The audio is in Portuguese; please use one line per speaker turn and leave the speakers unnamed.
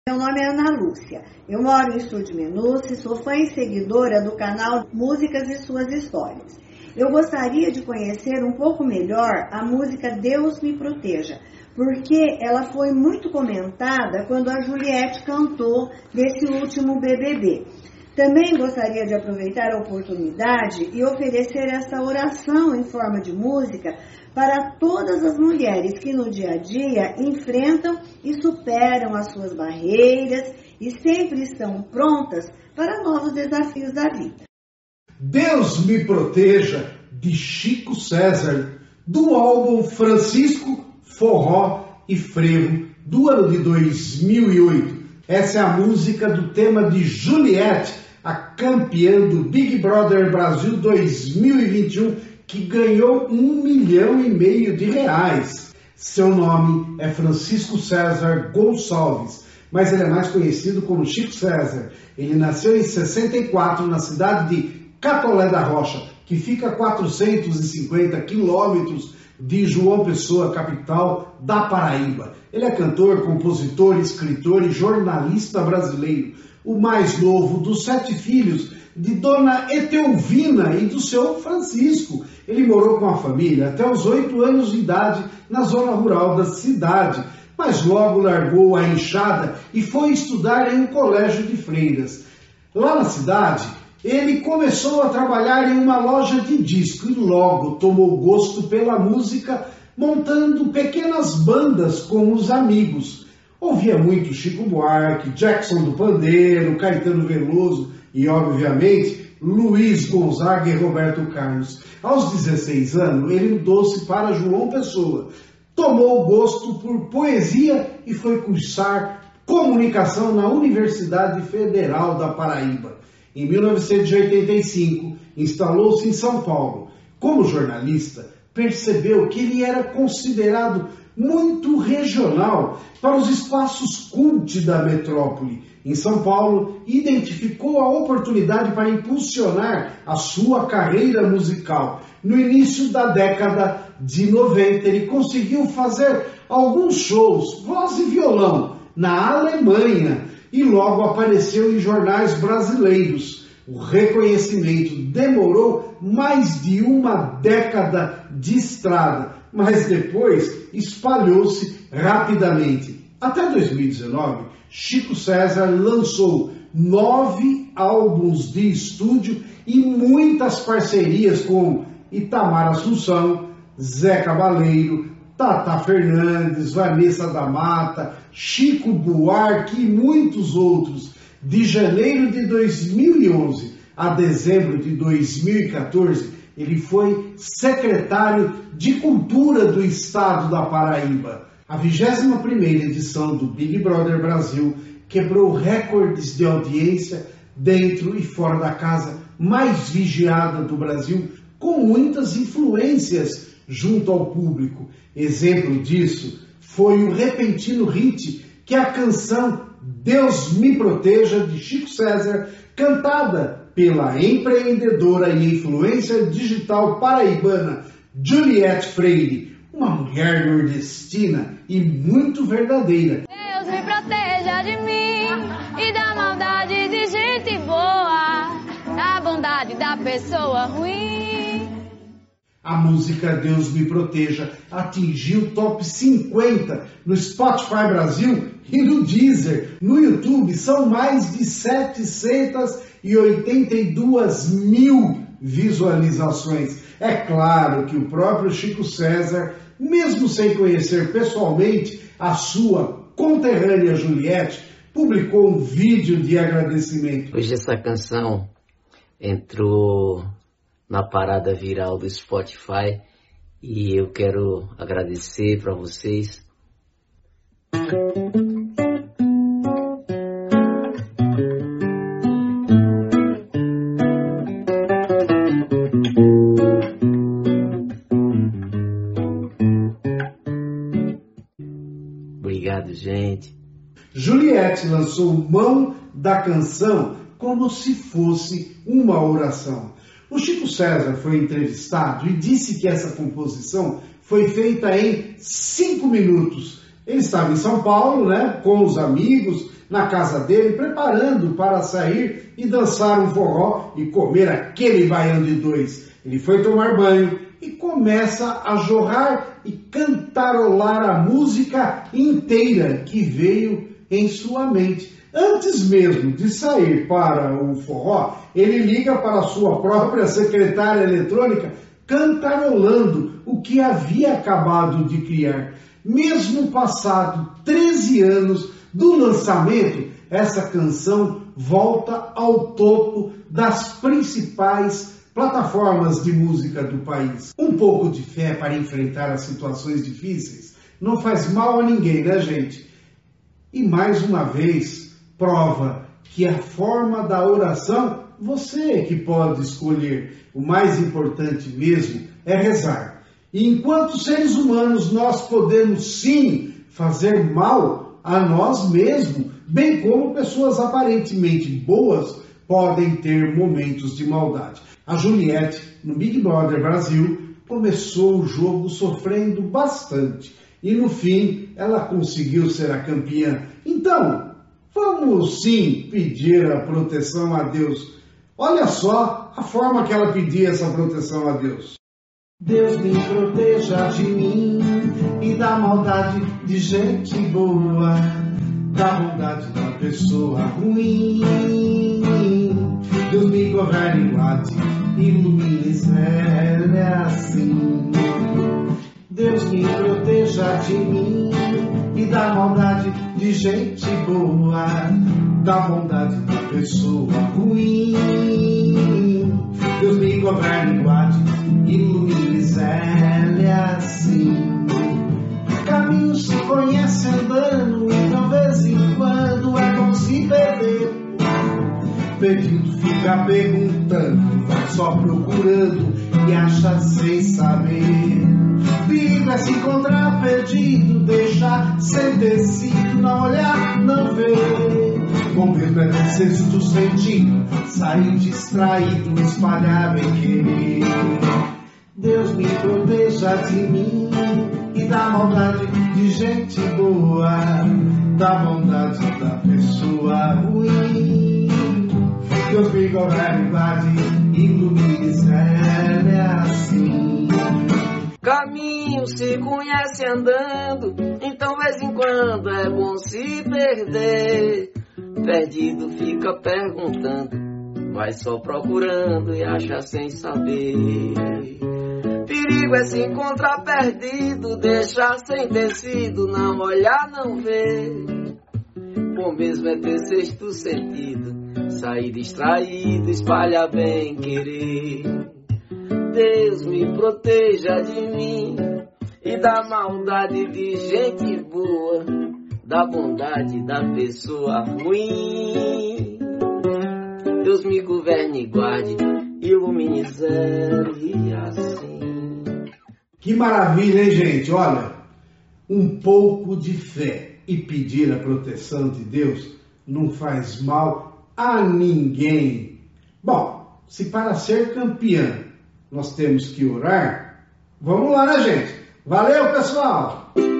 Meu nome é Ana Lúcia, eu moro em Estúdio Menuce, sou fã e seguidora do canal Músicas e Suas Histórias. Eu gostaria de conhecer um pouco melhor a música Deus Me Proteja, porque ela foi muito comentada quando a Juliette cantou desse último BBB. Também gostaria de aproveitar a oportunidade e oferecer essa oração em forma de música para todas as mulheres que no dia a dia enfrentam e superam as suas barreiras e sempre estão prontas para novos desafios da vida.
Deus Me Proteja, de Chico César, do álbum Francisco, Forró e Frevo, do ano de 2008. Essa é a música do tema de Juliette, a campeã do Big Brother Brasil 2021, que ganhou R$ 1,5 milhão de reais. Seu nome é Francisco César Gonçalves, mas ele é mais conhecido como Chico César. Ele nasceu em 64 na cidade de Catolé da Rocha, que fica a 450 quilômetros de João Pessoa, capital da Paraíba. Ele é cantor, compositor, escritor e jornalista brasileiro, o mais novo dos 7 filhos de Dona Etelvina e do seu Francisco. Ele morou com a família até os 8 anos de idade na zona rural da cidade, mas logo largou a enxada e foi estudar em um colégio de freiras. Lá na cidade, ele começou a trabalhar em uma loja de disco e logo tomou gosto pela música, montando pequenas bandas com os amigos. Ouvia muito Chico Buarque, Jackson do Pandeiro, Caetano Veloso e, obviamente, Luiz Gonzaga e Roberto Carlos. Aos 16 anos, ele mudou-se para João Pessoa. Tomou gosto por poesia e foi cursar comunicação na Universidade Federal da Paraíba. Em 1985, instalou-se em São Paulo. Como jornalista, percebeu que ele era considerado muito regional para os espaços cult da metrópole. Em São Paulo, identificou a oportunidade para impulsionar a sua carreira musical. No início da década de 90, ele conseguiu fazer alguns shows, voz e violão, na Alemanha, e logo apareceu em jornais brasileiros. O reconhecimento demorou mais de uma década de estrada, mas depois espalhou-se rapidamente. Até 2019, Chico César lançou 9 álbuns de estúdio e muitas parcerias com Itamar Assunção, Zé Cabaleiro, Tata Fernandes, Vanessa da Mata, Chico Buarque e muitos outros. De janeiro de 2011 a dezembro de 2014, ele foi secretário de Cultura do Estado da Paraíba. A 21ª edição do Big Brother Brasil quebrou recordes de audiência dentro e fora da casa mais vigiada do Brasil, com muitas influências junto ao público. Exemplo disso foi o repentino hit que é a canção Deus Me Proteja, de Chico César, cantada pela empreendedora e influência digital paraibana Juliette Freire, uma mulher nordestina e muito verdadeira.
Deus me proteja de mim e da maldade de gente boa, da bondade da pessoa ruim.
A música Deus Me Proteja atingiu o top 50 no Spotify Brasil e no Deezer. No YouTube são mais de 782 mil visualizações. É claro que o próprio Chico César, mesmo sem conhecer pessoalmente a sua conterrânea Juliette, publicou um vídeo de agradecimento.
Hoje essa canção entrou na parada viral do Spotify e eu quero agradecer para vocês. Obrigado, gente.
Juliette lançou Mão da Canção como se fosse uma oração. O Chico César foi entrevistado e disse que essa composição foi feita em 5 minutos. Ele estava em São Paulo, com os amigos, na casa dele, preparando para sair e dançar um forró e comer aquele baião de dois. Ele foi tomar banho e começa a jorrar e cantarolar a música inteira que veio em sua mente. Antes mesmo de sair para o forró, ele liga para a sua própria secretária eletrônica, cantarolando o que havia acabado de criar. Mesmo passado 13 anos do lançamento, essa canção volta ao topo das principais plataformas de música do país. Um pouco de fé para enfrentar as situações difíceis não faz mal a ninguém, né, gente? E mais uma vez, prova que a forma da oração você é que pode escolher. O mais importante mesmo é rezar. E enquanto seres humanos nós podemos sim fazer mal a nós mesmos, bem como pessoas aparentemente boas podem ter momentos de maldade. A Juliette, no Big Brother Brasil, começou o jogo sofrendo bastante. E no fim, ela conseguiu ser a campeã. Então, vamos sim pedir a proteção a Deus. Olha só a forma que ela pedia essa proteção a Deus. Deus me proteja de mim e da maldade de gente boa, da bondade da pessoa ruim. Deus me governe e guarde, ilumine Israel, é assim. Deus me proteja de mim e da maldade de gente boa, da bondade da pessoa ruim. Deus me governe e guarde, ilumine Israel, é assim. Caminho se conhece andando, então vez em quando é bom se perder. Perdido fica perguntando, vai só procurando e acha sem saber. Perigo é se encontrar perdido, deixar sem tecido, não olhar, não ver. Bom mesmo é ter sexto sentido, sair distraído, espalhar bem querer. Deus me proteja de mim e da maldade de gente boa, da bondade da pessoa ruim. Deus me governe e guarde, ilumine Israel, é assim.
Caminho se conhece andando, então vez em quando é bom se perder. Perdido fica perguntando, vai só procurando e acha sem saber. Perigo é se encontrar perdido, deixar sem tecido, não olhar, não ver. Bom mesmo é ter sexto sentido, sair distraído, espalhar bem querer. Deus me proteja de mim e da maldade de gente boa, da bondade da pessoa ruim. Deus me governe e guarde, ilumine zero e assim.
Que maravilha, hein, gente? Olha, um pouco de fé e pedir a proteção de Deus não faz mal a ninguém. Bom, se para ser campeã nós temos que orar, vamos lá, né, gente? Valeu, pessoal!